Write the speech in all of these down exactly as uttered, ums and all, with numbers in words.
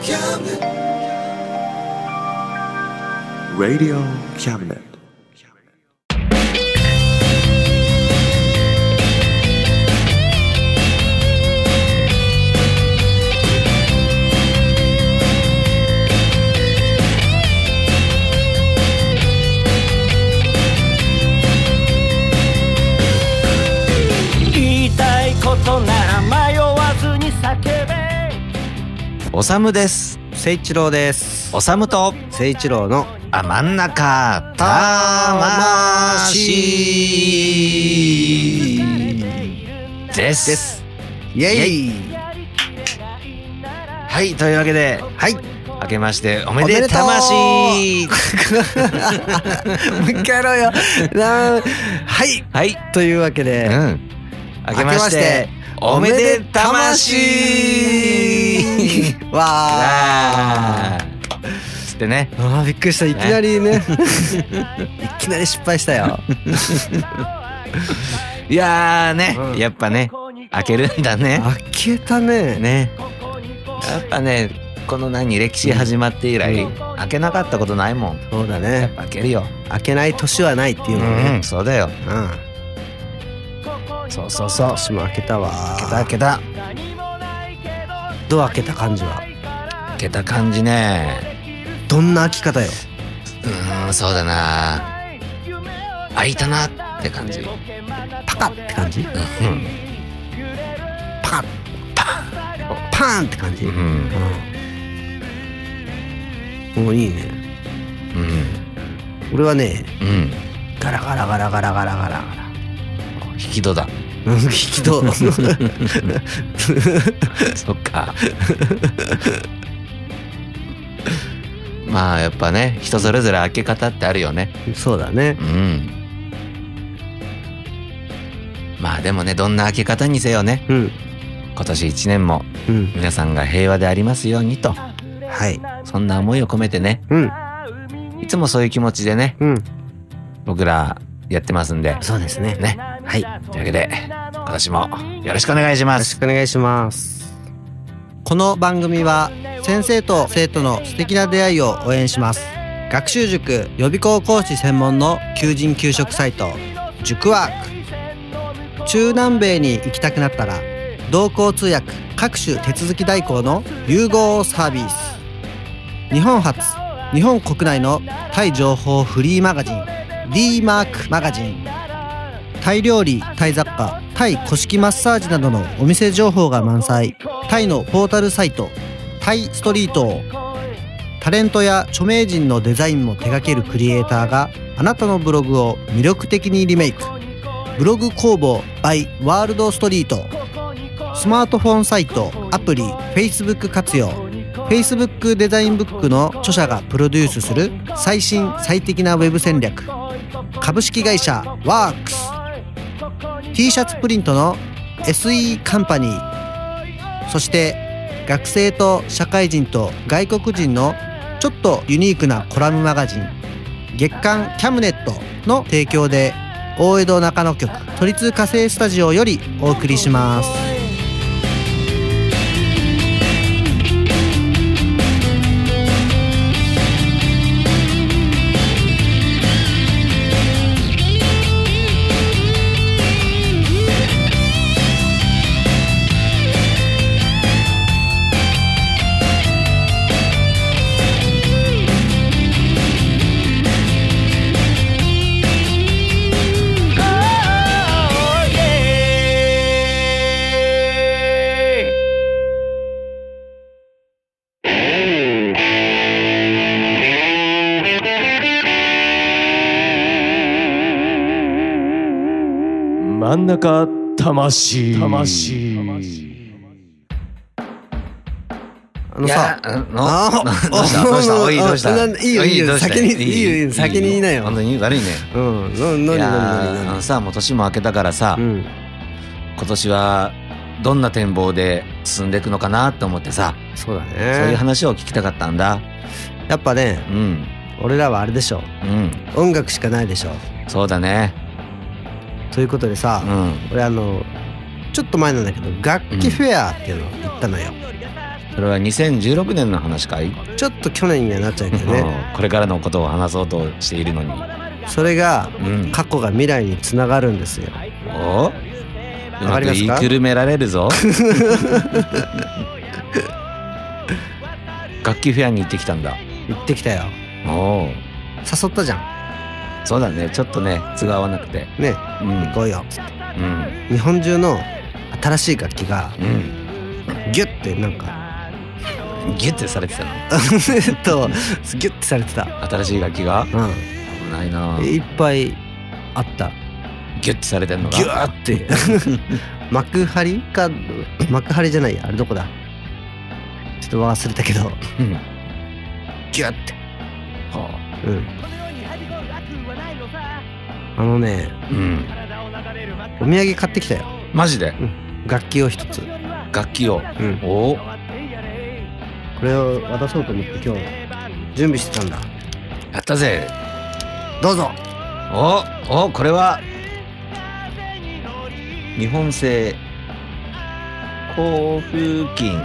Radio Cabinet. おさむです。 せいちろうです。 おさむとせいちろうのあ真ん中魂です。ですイエイ。 はい、というわけで、 はい、 明けましておめでたましもう一回やろうよな。はいはい、 というわけで、 うん、明けましておめでたましわーつってね。 あーびっくりした。いきなりねいきなり失敗したよいやーね、うん、やっぱね開けるんだね。 開けたね。 ね、やっぱね、この何歴史始まって以来、うん、開けなかったことないもん。 そうだね。 やっぱ開けるよ。 開けない年はないっていうのね、 うん、そうだよ、 うん、そうそうそう。私も開けたわ。 開けた開けた。 どう開けた感じは？ 開けた感じね。 どんな開き方よ？ うーん、そうだな、開いたなって感じ。 パカッって感じ？うん、パカッパーンパーンって感じ？うん、うん、もういいね。 うん、 俺はね、 うん、 ガラガラガラガラガラガラガラ引き戸だ。 引き戸そっかまあやっぱね、人それぞれ開け方ってあるよね。 そうだね。 うん。まあでもね、どんな開け方にせよね、うん、今年一年も皆さんが平和でありますようにと、はい、そんな思いを込めてね、うん、いつもそういう気持ちでね、うん、僕らやってますんで。 そうですね。 ね。はい。というわけで、今年もよろしくお願いします。 よろしくお願いします。この番組は先生と生徒の素敵な出会いを応援します。学習塾予備校講師専門の求人・求職サイト塾ワーク。中南米に行きたくなったら同行通訳各種手続き代行の融合サービス。日本初、日本国内のタイ情報フリーマガジンD マークマガジン。タイ料理、タイ雑貨、タイ古式マッサージなどのお店情報が満載。タイのポータルサイトタイストリート。タレントや著名人のデザインも手掛けるクリエイターがあなたのブログを魅力的にリメイク。ブログ工房 by ワールドストリート。スマートフォンサイト、アプリ、Facebook 活用。Facebook デザインブックの著者がプロデュースする最新最適なウェブ戦略。株式会社ワークス。 T シャツプリントの エスイー カンパニー。そして学生と社会人と外国人のちょっとユニークなコラムマガジン月刊キャムネットの提供で大江戸中野局都立火星スタジオよりお送りします。 真ん中魂。魂。 あのさ、 あのどうしたどうしたおいどうした。 いいよいいよ先にいいよ先に言いなよ。 本当に悪いね。 うん。なになになに。 あのさ、もう年も明けたからさ、うん、今年はどんな展望で進んでいくのかなと思ってさ。 そうだね。 そういう話を聞きたかったんだ。 やっぱね、うん、俺らはあれでしょ。うん。音楽しかないでしょ。 そうだね。 ということでさ、うん、俺あのちょっと前なんだけど楽器フェアっていうのを行ったのよ。 うそれはにせんじゅうろくねんの話かい？ ちょっと去年にはなっちゃうけどねこれからのことを話そうとしているのに、 それが、うん、過去が未来につながるんですよ。 おうまく言いくるめられるぞ楽器フェアに行ってきたんだ。 行ってきたよ。 おう誘ったじゃん。 そうだね、ちょっとね都合合わなくてね、うん、行こうよっつって、うん、日本中の新しい楽器が、うん、ギュッてなんかギュッてされてたのえっとギュッてされてた新しい楽器が、うん、危ないな。 いっぱいあった。 ギュッてされてんのがギューって幕張か幕張じゃないや、あれどこだ、ちょっと忘れたけど、うん、ギュッて、はあ、うん、あのね、うん、お土産買ってきたよ。 マジで？ うん、楽器を一つ。 楽器を、うん、おお、 これを渡そうと思って今日準備してたんだ。 やったぜ。 どうぞ。 おお、これは日本製口風琴。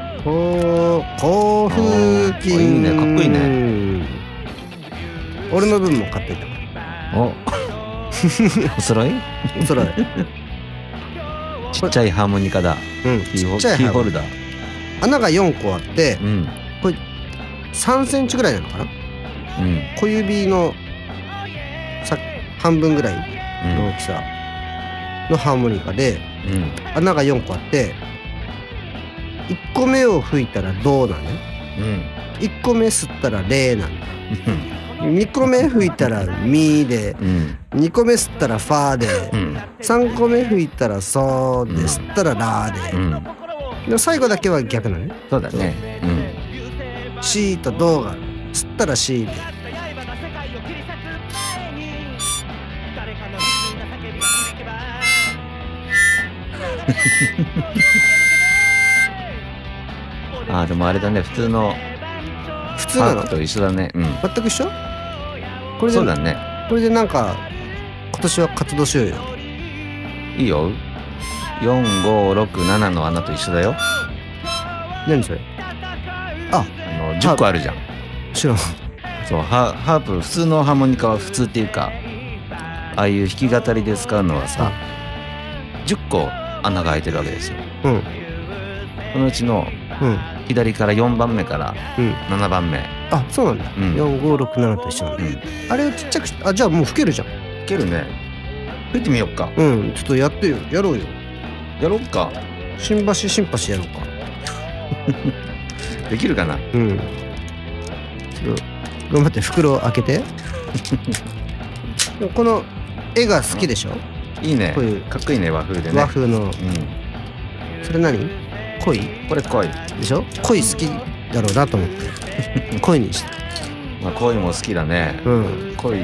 口風琴。 いいね、かっこいいね。 俺の分も買っていた。 おお揃い？ お揃い。 ちっちゃいハーモニカだ。 うん、 キー, キーホルダー。 穴がよんこあって、うん、これさんセンチぐらいなのかな、うん、小指のさ半分ぐらいの大きさのハーモニカで、うん、穴がよんこあっていっこめを吹いたらドなのね、うん、いっこめ吸ったらレなんだにこめ吹いたらミで、うん、にこめ吸ったらファで、うん、さんこめ吹いたらソで、うん、吸ったらラで、うん、で最後だけは逆なのね。 そうだね、 うん、シとドが吸ったらシであーでもあれだね、普通の普通なのと一緒だね、うん、 全く一緒。これでそうだね。 これでなんか今年は活動しようよ。 いいよ。よんごろくななの穴と一緒だよ。 何それ？あ、 あのじゅっこあるじゃん。 知らん。 そう、ハープ、普通のハーモニカは普通っていうか、ああいう弾き語りで使うのはさ、じゅっこ穴が開いてるわけですよ。うん。そのうちの、うん、左からよんばんめからななばんめ、うん、 あ、そうなんだ、うん、よんごろくななと一緒なんだ、うん、あれをちっちゃくしあ、じゃあもう吹けるじゃん。 吹けるね。吹いてみよっか。 うん、ちょっとやってよ。やろうよ。 やろうか。 新橋シンパシーやろうかできるかな。 うん、ちょっと頑張って袋を開けてこの絵が好きでしょ。 いいね、 こういうかっこいいね、和風でね。 和風の、うん、それ何？恋？ これ恋でしょ。恋好きだろうなと思って恋にした。 まあ恋も好きだね。うん。恋。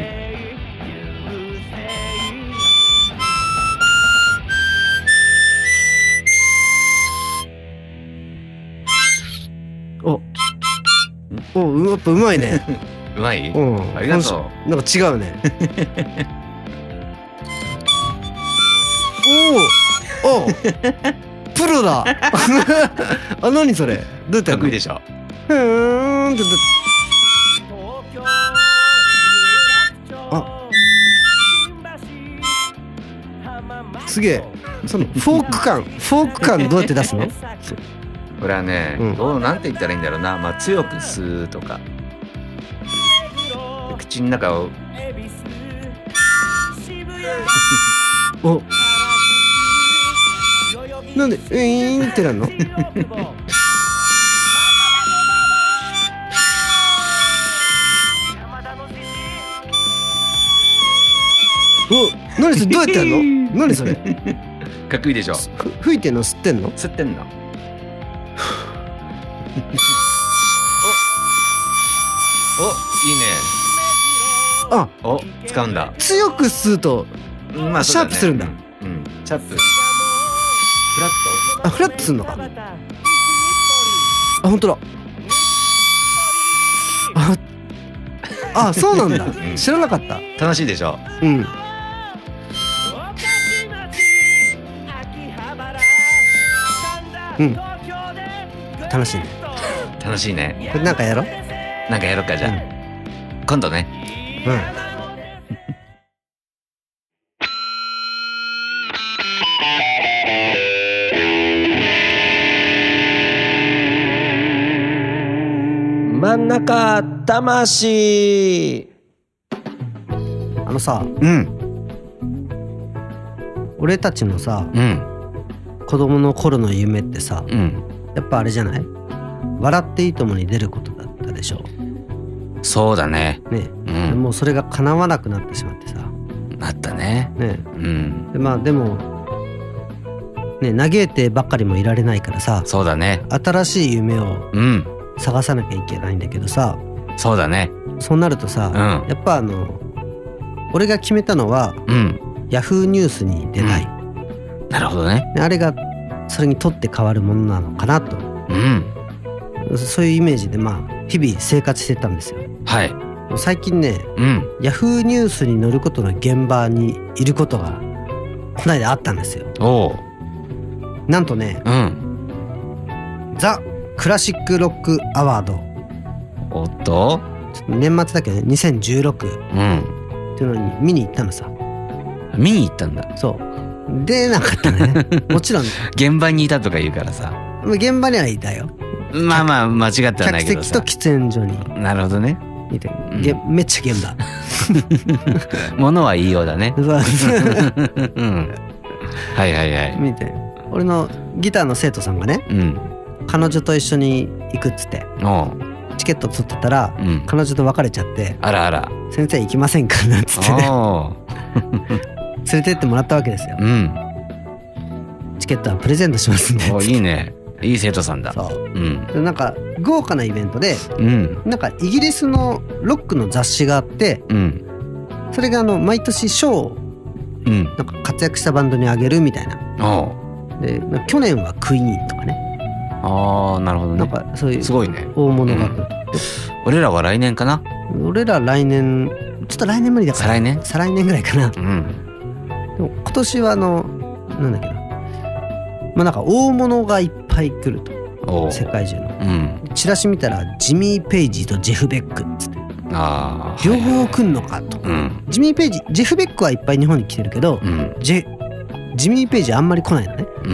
お、お、やっぱうまいね。 うまい？うん。ありがとう。なんか違うね。おお。お。プロだあ、何それ、どうやってやるの？ かっこいいでしょ。 ふーんってあ、すげえ。そのフォーク感フォーク感どうやって出すの？ これはね、うん、どうなんて言ったらいいんだろうな。まあ強く吸うとか口の中をお、なんでウィーンってなんの？お、何それ、どうやってやるの？何それ？ かっこいいでしょ。 吹いてんの？吸ってんの？ 吸ってんの。お、お、いいね。 あ、 お、使うんだ。 強く吸うと、まあ、シャープするんだ。 うん、うん、シャープ。フラット。 あ、フラットするのか。あ、本当だ。あ、あ、そうなんだ。うん、知らなかった。 楽しいでしょ。 うん。うん。楽しいね。 楽しいね。 これなんかやろう。 なんかやろうかじゃあ、うん、今度ね。 うん。 真ん中魂。 あのさ、 うん、 俺たちのさ、 うん、 子供の頃の夢ってさ、 うん、 やっぱあれじゃない？笑っていいともに出ることだったでしょ。 そうだね。 ね、 うん、 もうそれが叶わなくなってしまってさ。 なったね。 ね、 うん。 でまあでもね、嘆いてばっかりもいられないからさ。 そうだね。 新しい夢を探さなきゃいけないんだけどさ。 うん、そうだね。 そうなるとさ、うん、やっぱあの俺が決めたのは、うん、ヤフーニュースに出ない、うん、 なるほどね。 あれがそれにとって変わるものなのかなと、 うん、 そういうイメージでまあ日々生活してたんですよ。 はい。 最近ね、うん、ヤフーニュースに載ることの現場にいることがこの間あったんですよ。 おう。 なんとね、うん、ザ・クラシックロックアワード。 おっと、 ちょっと年末だけどね、にせんじゅうろく、うん、っていうのに見に行ったのさ。 見に行ったんだ。 そう出なかったねもちろん現場にいたとか言うからさ。 現場にはいたよ。 まあまあ間違ってはないけどさ。 客席と喫煙所に。 なるほどね。 見て、うん、めっちゃ現場ものはいいようだねうん、はいはいはい。 見て、俺のギターの生徒さんがね、うん、彼女と一緒に行くっつってチケット取ってたら、うん、彼女と別れちゃって、 あらあら先生行きませんかなんつってね連れてってもらったわけですよ、うん、チケットはプレゼントしますんで。 お、いいね、いい生徒さんだ。そう、うん、でなんか豪華なイベントで、うん、なんかイギリスのロックの雑誌があって、うん、それがあの毎年賞を、うん、なんか活躍したバンドにあげるみたいな。で去年はクイーンとかね。 ああ、なるほどね。 なんかそういうすごいね、 大物が、うん、 俺らは来年かな。 俺ら来年ちょっと来年無理だから再来年再来年ぐらいかな、うん、でも今年はあのなんだっけな、まあなんか大物がいっぱい来ると、世界中の、うん、チラシ見たらジミー・ペイジとジェフ・ベックっつって、あ両方来んのかと、はいはい、ジミー・ペイジ、ジェフ・ベックはいっぱい日本に来てるけど、うん、ジェジミー・ペイジあんまり来ないのね、うん、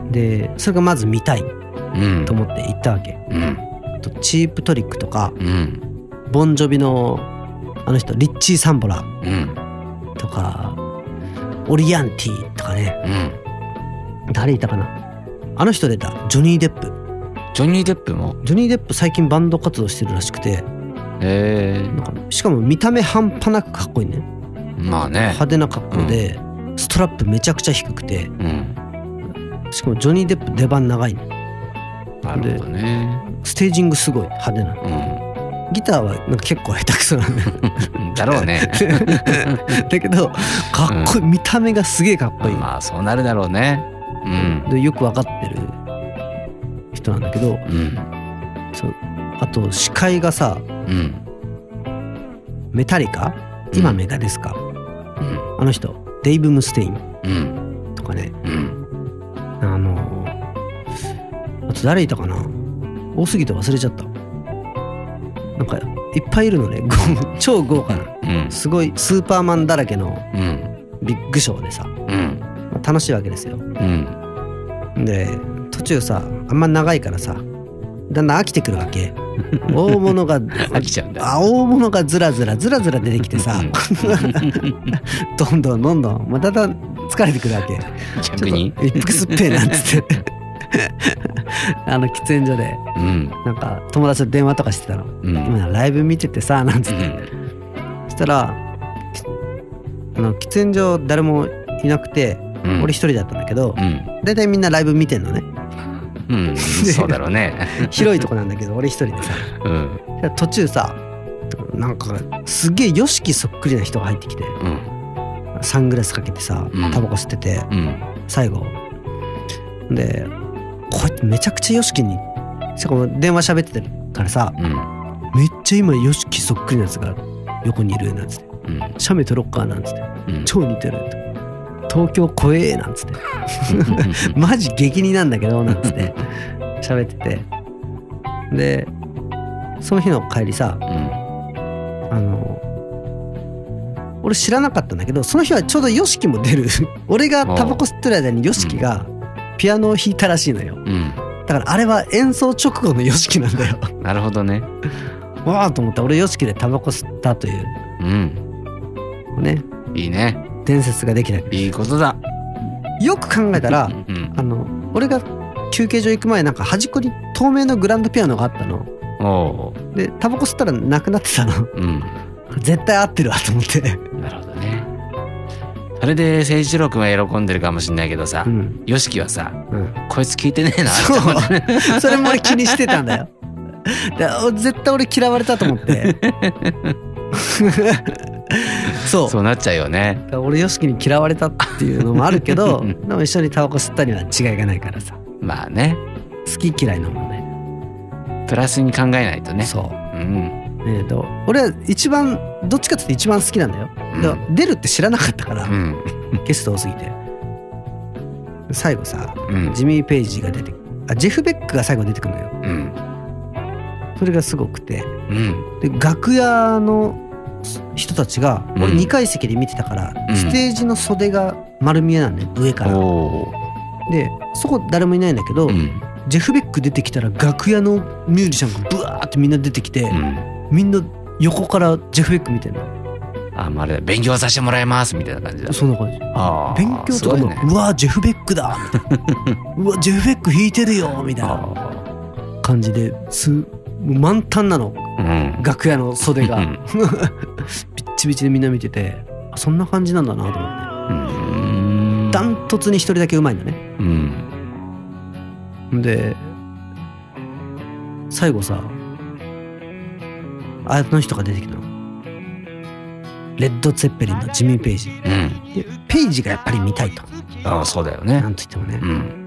でそれがまず見たいと思って行ったわけ、うん、とチープトリックとか、うん、ボンジョビのあの人リッチー・サンボラ、うん、とかオリアンティとかね、うん、誰いたかな、あの人出た、ジョニー・デップ。 ジョニー・デップもジョニー・デップ最近バンド活動してるらしくて、 へー、 なんかしかも見た目半端なくかっこいいね。 まあね、 派手な格好で、うん、ストラップめちゃくちゃ低くて、うん、しかもジョニー・デップ出番長いね。 なるほどね。 ステージングすごい派手な、うん、ギターはなんか結構下手くそなんだよだろうねだけどかっこいい、うん、見た目がすげえかっこいい。 まあそうなるだろうね、うん、 でよく分かってる人なんだけど、うん、そうあと司会がさ、うん、メタリカ、今メガですか、うん、あの人デイブ・ムステイン、うん、とかね、うん、あのあと誰いたかな、多すぎて忘れちゃった。なんかいっぱいいるのね超豪華な、うん、すごいスーパーマンだらけのビッグショーでさ、うんまあ、楽しいわけですよ、うん、で途中さあんま長いからさだんだん飽きてくるわけ大物が飽きちゃうんだ。 あ大物がずらずらずらずら出てきてさどんどんどんどんまただん疲れてくるわけ。 逆に一服すっぺえなんつってあの喫煙所で、うん、なんか友達と電話とかしてたの、うん、今ライブ見ててさなんつって、うん、そしたらあの喫煙所誰もいなくて、うん、俺一人だったんだけど、うん、だいたいみんなライブ見てんのね、 うん、そうだろうね広いとこなんだけど俺一人でさ、うん、途中さなんかすげえヨシキそっくりな人が入ってきて、うん、サングラスかけてさタバコ吸ってて、うん、最後でこうやってめちゃくちゃヨシキにしかも電話喋ってるからさ、うん、めっちゃ今ヨシキそっくりなやつが横にいるなんつって、うん、写メ撮ろっかなんつって、うん、超似てる東京怖えなんつってマジ激似なんだけどなんつって喋っててでその日の帰りさ、 うん、 あの俺知らなかったんだけど、その日はちょうどヨシキも出る俺がタバコ吸ってる間にヨシキがピアノを弾いたらしいのよ、うん、だからあれは演奏直後のヨシキなんだよなるほどね。 わあと思って、俺ヨシキでタバコ吸ったという、うん、ね、 いいね、 伝説ができた。 いいことだ。 よく考えたら、うん、あの俺が休憩所行く前、なんか端っこに透明のグランドピアノがあったの。おでタバコ吸ったらなくなってたの、うん、絶対合ってるわと思って。 なるほどね。それで誠一郎君は喜んでるかもしれないけどさ、ヨシキはさ、うん、こいつ聞いてねえなってそうそれも俺気にしてたんだよ絶対俺嫌われたと思ってそうそうなっちゃうよね。 俺ヨシキに嫌われたっていうのもあるけどでも一緒にタバコ吸ったには違いがないからさ。 まあね、 好き嫌いの問題、 プラスに考えないとね。 そう、うん、えーと俺は一番どっちかって言って一番好きなんだよ、うん、だから出るって知らなかったから、うん、ゲスト多すぎて。最後さ、うん、ジミー・ペイジが出て、あジェフ・ベックが最後出てくるのよ、うん、それがすごくて、うん、で楽屋の人たちが、俺にかい席で見てたから、うん、ステージの袖が丸見えなんだよ、上から。でそこ誰もいないんだけど、うん、ジェフ・ベック出てきたら楽屋のミュージシャンがブワーってみんな出てきて、うん、みんな横からジェフ・ベック見てるの。 あ、まあ、あれ勉強させてもらいますみたいな感じだ。 そんな感じ。あ勉強とかも、ね、うわジェフ・ベックだうわジェフ・ベック弾いてるよみたいな感じです満タンなの、うん、楽屋の袖がビッチビチでみんな見てて、そんな感じなんだなと思って、うん、ダントツに一人だけうまいんだね、うん、で最後さ、あの人が出てきたの、レッド・ツェッペリンのジミー・ペイジ、うん、でペイジがやっぱり見たいと。 ああそうだよね、 なんと言ってもね、うん、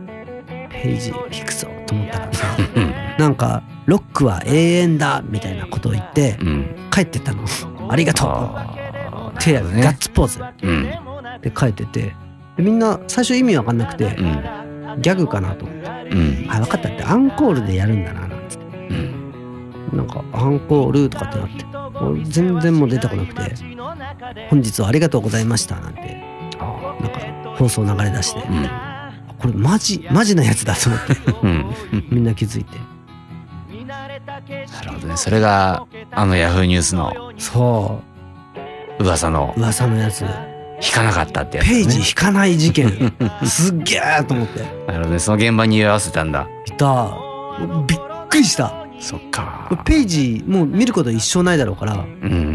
ペイジ弾くぞと思ったらさなんかロックは永遠だみたいなことを言って、うん、帰ってったのありがとう手やる、ね、ガッツポーズ、うん、で帰ってて、でみんな最初意味わかんなくて、うん、ギャグかなと思って、うん、あ分かったってアンコールでやるんだななんつって、うん、なんかアンコールとかってなって、全然もう出てこなくて、本日はありがとうございましたなんてなんか放送流れ出して、うん、これマジマジなやつだと思って、うん、みんな気づいて。 なるほどね。それがあのヤフーニュースのそう噂の噂のやつ、 引かなかったってやつ、ね、 ページ引かない事件すっげえと思って。 なるほどね。その現場に居合わせたんだ。 いた。びっくりした。 そっか。 ページもう見ること一生ないだろうから、うん、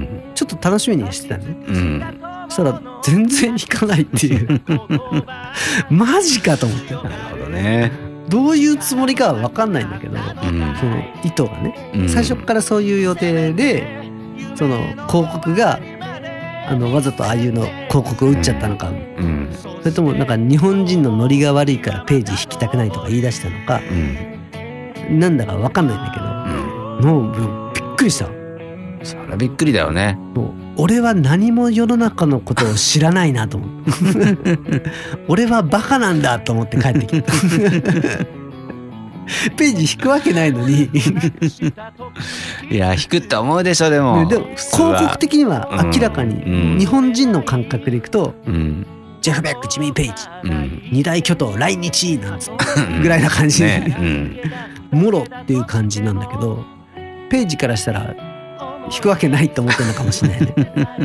ちょっと楽しみにしてたね、うん、そしたら全然引かないっていうマジかと思って。なるほどね。どういうつもりかは分かんないんだけど、うん、その意図がね、うん、最初からそういう予定でその広告があのわざとああいうの広告を打っちゃったのか、うんうん、それともなんか日本人のノリが悪いからページ引きたくないとか言い出したのか、うん、なんだか分かんないんだけど、うん、もうびっくりした。 そりゃびっくりだよね。 もう俺は何も世の中のことを知らないなと思って俺はバカなんだと思って帰ってきたページ引くわけないのにいや引くって思うでしょ。でも、ね、でも広告的には明らかに日本人の感覚でいくと、うんうん、ジェフ・ベック、ジミー・ペイジ、うん、二大巨頭来日なんつぐらいな感じで、ねうん、もろっていう感じなんだけど、ページからしたら引くわけないと思ってるのかもしれないね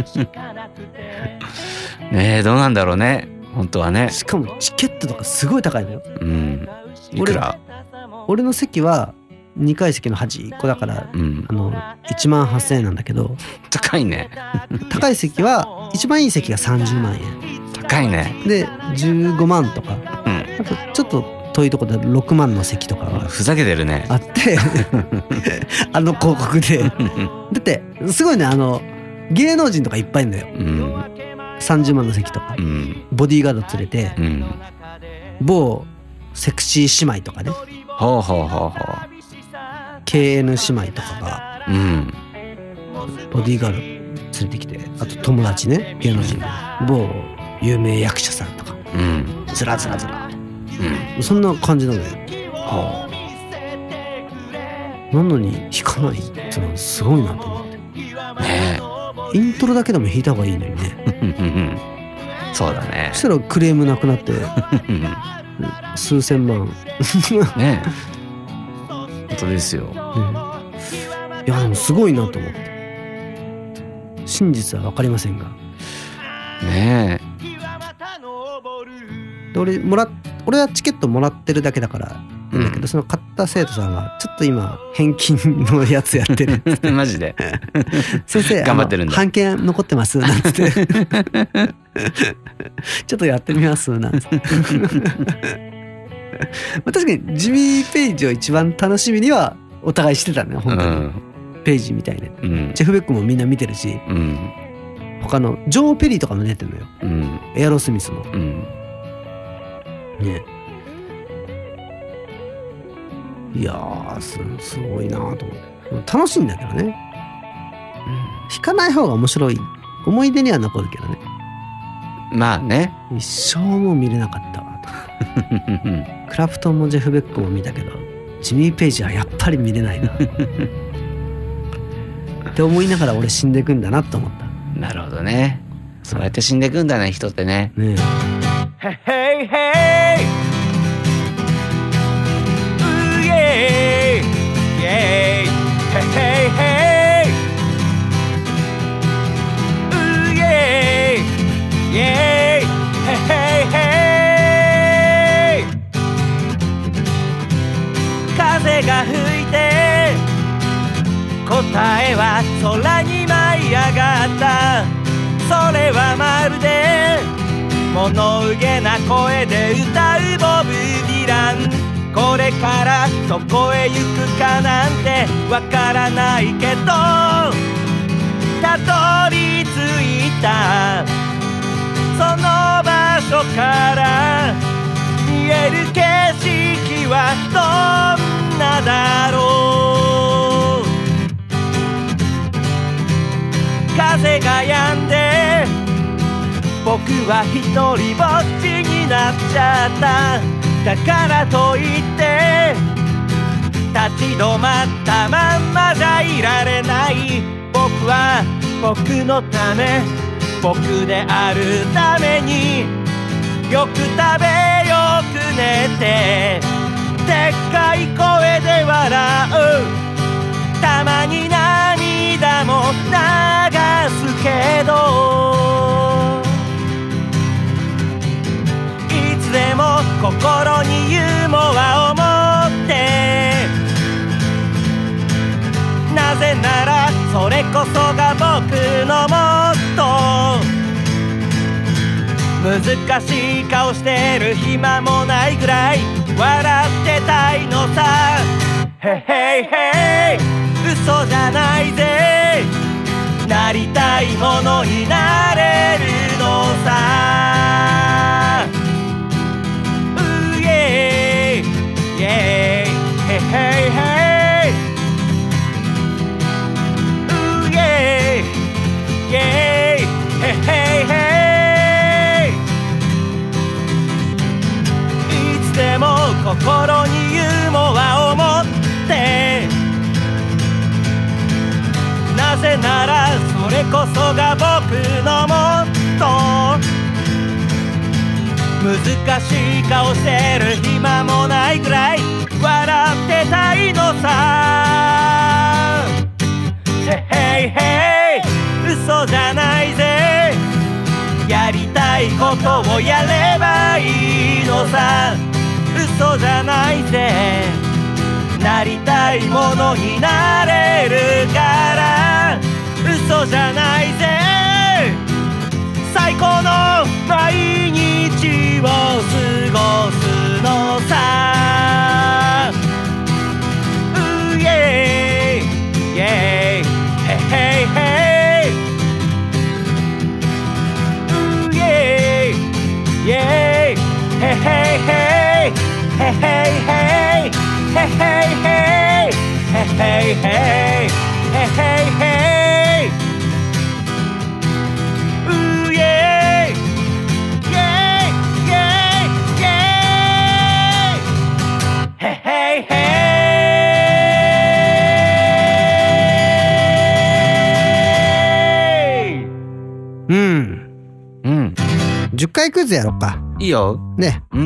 ねえどうなんだろうね本当はね。 しかもチケットとかすごい高いのよ、うん、 いくら？ 俺の席はにかい席の端っこだから、うん、あのいちまんはっせんえんなんだけど高いね高い席は一番いい席がさんじゅうまんえん。 高いね。 でじゅうごまんとか、うん、あとちょっと遠いところでろくまんの席とかはふざけてるねあってあの広告でだってすごいね、あの芸能人とかいっぱいいるんだよ、うん、さんじゅうまんの席とか、うん、ボディーガード連れて、うん、某セクシー姉妹とかね、 ほうほうほうほうケーエヌ 姉妹とかが、うん、ボディーガード連れてきて、あと友達ね芸能人の某有名役者さんとか、うん、ずらずらずら、うん、そんな感じなのよ、はなのに弾かないってのはすごいなと思ってね。イントロだけでも弾いた方がいいのにねそうだね。 そしたらクレームなくなって数千万ね本当ですよ、 うん、いやでもすごいなと思って。真実は分かりませんがねえ。 で俺もら俺はチケットもらってるだけだからいいんだけど、うん、その買った生徒さんはちょっと今返金のやつやってるマジで先生頑張ってるんだ。 半券残ってますなんつってちょっとやってみますなんつってまあ確かにジミー・ペイジを一番楽しみにはお互いしてたね本当に、うん、ペイジみたいな、うん、ジェフ・ベックもみんな見てるし、うん、他のジョー・ペリーとかも出てるのよ、うん、エアロスミスの、うん、ね。いやー す, すごいなと思って楽しいんだけどね、うん、弾かない方が面白い思い出には残るけどね。 まあね一生も見れなかったわとクラプトンもジェフ・ベックも見たけどジミー・ペイジはやっぱり見れないなって思いながら俺死んでくんだなと思った。 なるほどね。そうやって死んでくんだね人ってね。ねえへへへうイエーイイエーイへへへうイエーイイエーイへへへ風が吹いて答えは空に舞い上がった。それはまるで物憂げな声で歌うボブ・ディラン。これからどこへ行くかなんてわからないけどたどり着いたその場所から見える景色はどんなだろう。風が止んで僕は一人ぼっちになっちゃった。だからといって立ち止まったまんまじゃいられない。僕は僕のため僕であるためによく食べよく寝てでっかい声で笑う。たまに涙も流すけどいつでも心にユーモアを持って。なぜならそれこそが僕のモットー。難しい顔してる暇もないぐらい笑ってたいのさ。へへへ嘘じゃないぜ。なりたいものになれるのさ。うイエーイイエーイへへへうイエーイイエーイへへへいつでも心にユーモアを持ってなぜならそれこそが僕のモットー。難しい顔してる暇もないぐらい笑ってたいのさ。へへへ嘘じゃないぜ。やりたいことをやればいいのさ。嘘じゃないぜ。なりたいものになれるから嘘じゃないぜ。最高の毎日を過ごすのさ。うイエーイイエーイへへへうイエーイイエーイへへへへへへHey hey hey, hey hey hey, hey hey hey. Ooh yeah, yeah, yeah, yeah. 回クイズやろうか。 いいよ。 ね。 うん。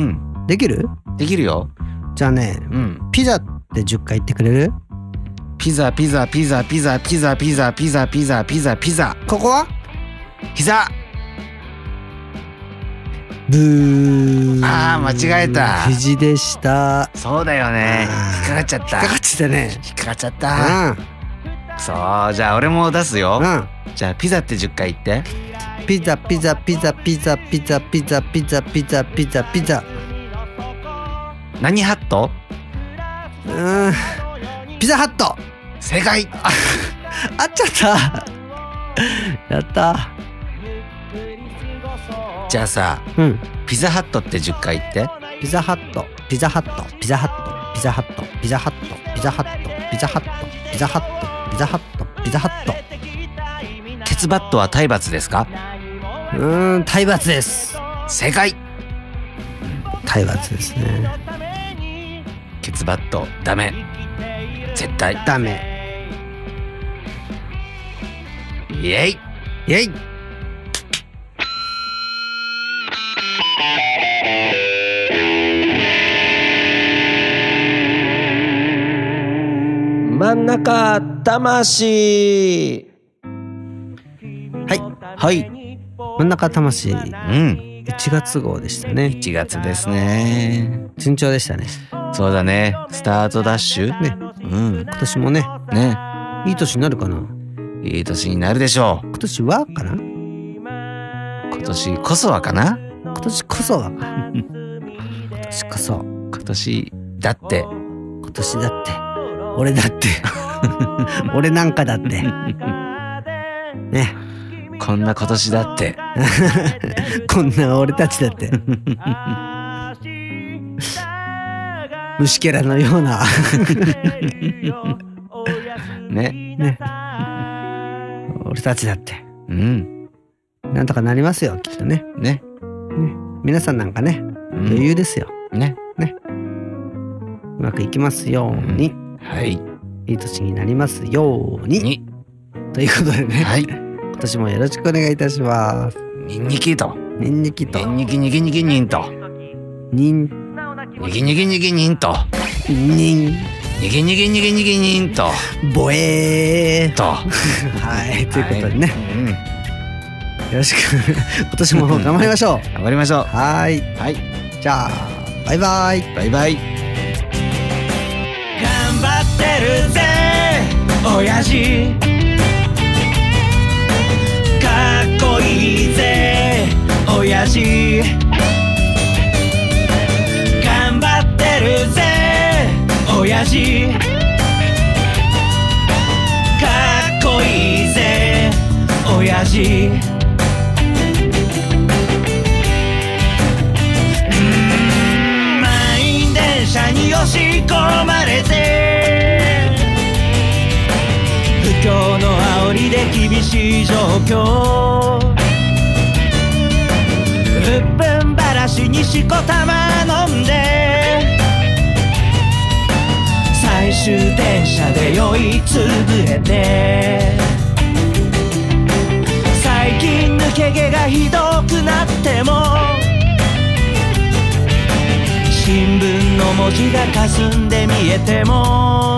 できる？ できるよ。 じゃあね、うん、ピザってじゅっかい言ってくれる？ ピザピザピザピザピザピザピザピザピザピザ。 ここは？ 膝。 ブー。 あー、間違えた。 肘でした。 そうだよね。引っかかっちゃった。 引っかかっちゃったね。 引っかかっちゃった。うん。そう、じゃあ俺も出すよ。うん。じゃあピザってじゅっかい言って。 ピザピザピザピザピザピザピザピザピザピザ。 何ハット？ うーん。ピザハット。 正解。 あっちゃった。やった。 じゃあさ、うん、ピザハットってじゅっかい言って。 ピザハット、ピザハット、ピザハット、ピザハット、ピザハット、ピザハット、ピザハット、ピザハット、ピザハット、ピザハット。 ケツバットは体罰ですか？ うーん、体罰です。 正解。 体罰ですね。 ケツバットダメ。絶対ダメ。 イエイイエイ。 真ん中魂。 はいはい真ん中魂。うんいちがつ号でしたね。 いちがつですね。 順調でしたね。 そうだね。スタートダッシュね。うん今年もね。 ねいい年になるかな。 いい年になるでしょう。 今年はかな。 今年こそはかな。 今年こそはか今年こそ。 今年だって。 今年だって俺だって俺なんかだってね。 こんな今年だってこんな俺たちだって虫けらのようなねね俺たちだってうんなんとかなりますよきっとね。 ねね皆さんなんかね、うん、余裕ですよ。 ねねうまくいきますように、うん、 はいいい年になりますようににということでね、 はい、 今年もよろしくお願いいたします。 ニンニキとニンニキとニンニキニキニキニンとニンニキニキニキニンとニンニキニキニキニキニンとボエーとはいということでね、 はいうん、 よろしく今年も頑張りましょう頑張りましょう。 はいはいじゃあバイバイバイバイ。 頑張ってるぜ親父かっこいいぜ親父頑張ってるぜ親父かっこいいぜ親父電車に押し込まれて不況の煽りで厳しい状況うっぷんばらしにしこたま飲んで最終電車で酔いつぶれて最近抜け毛がひどくなっても新聞の文字が霞んで見えても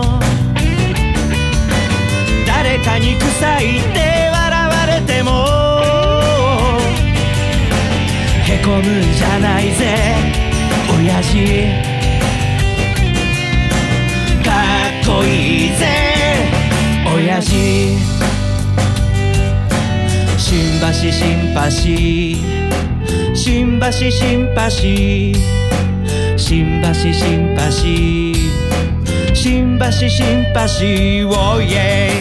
誰かに臭いって笑われてもへこむんじゃないぜ親父かっこいいぜ親父新橋新橋新橋新橋新橋新橋新橋新橋おいえ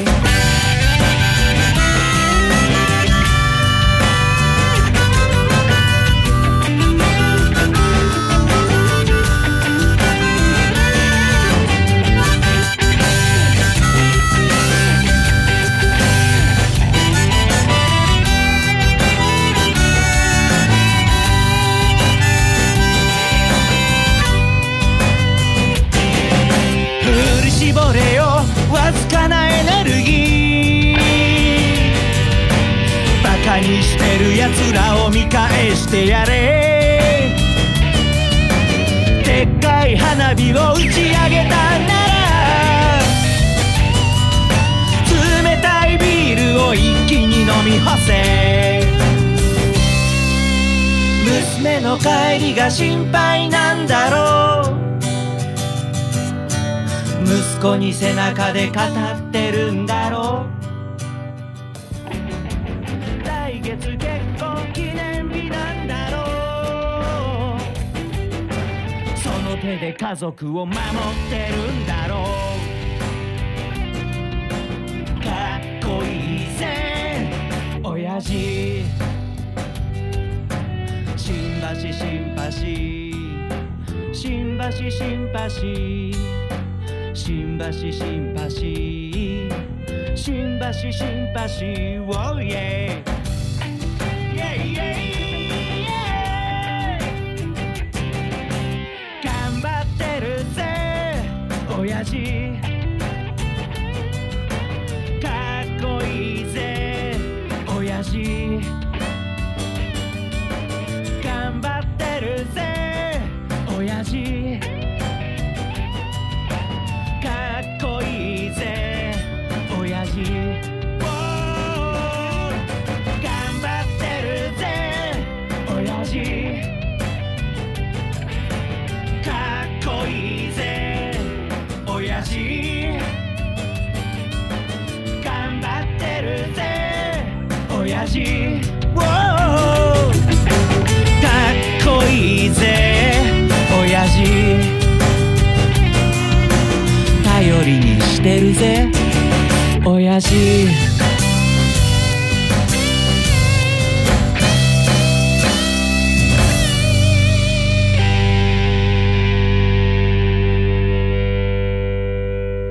絞れよわずかなエネルギーバカにしてるやつらを見返してやれ。でっかい花火を打ち上げたなら、冷たいビールを一気に飲み干せ。娘の帰りが心配なんだろう。息子に背中で語ってるんだろう。来月結婚記念日なんだろう。その手で家族を守ってるんだろう。かっこいいぜ親父。新橋新橋新橋新橋新橋新橋新橋新橋 Oh yeah Yeah yeah yeah 頑張ってるぜ親父。かっこいいぜ親父。頑張ってるぜ親父。かっこいいぜ親父。頑張ってるぜ親父。かっこいいぜ親父。頑張ってるぜ親父。かっこいいぜ親父。頼りにしてるぜ親父。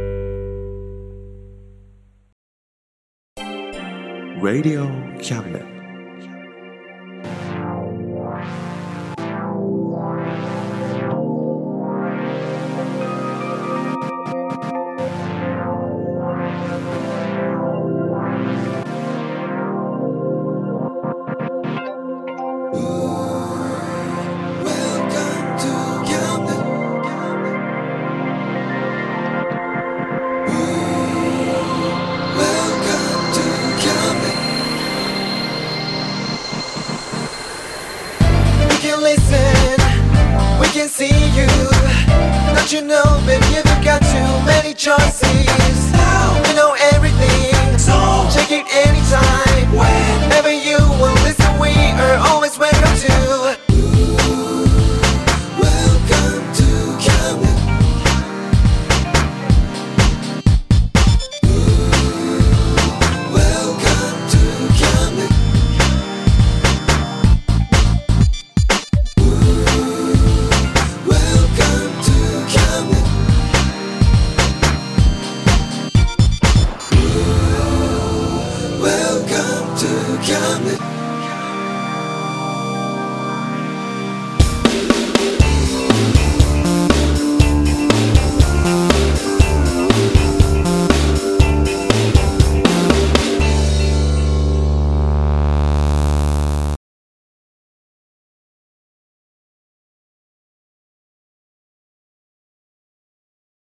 Radio Cabinet